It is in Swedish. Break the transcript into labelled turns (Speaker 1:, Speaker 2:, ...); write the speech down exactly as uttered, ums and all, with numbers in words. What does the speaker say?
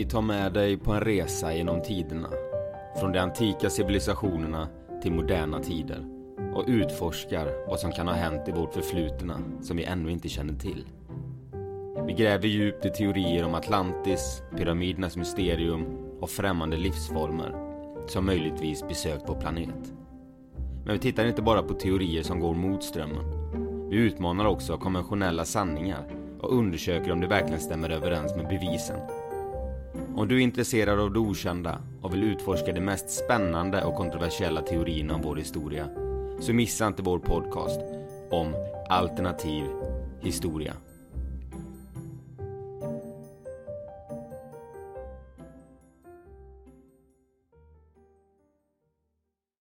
Speaker 1: Vi tar med dig på en resa genom tiderna. Från de antika civilisationerna till moderna tider. Och utforskar vad som kan ha hänt i vårt förflutna som vi ännu inte känner till. Vi gräver djupt i teorier om Atlantis, pyramidernas mysterium och främmande livsformer som möjligtvis besökt vår planet. Men vi tittar inte bara på teorier som går mot strömmen. Vi utmanar också konventionella sanningar och undersöker om det verkligen stämmer överens med bevisen. Om du är intresserad av det okända och vill utforska de mest spännande och kontroversiella teorierna om vår historia, så missa inte vår podcast om alternativ historia.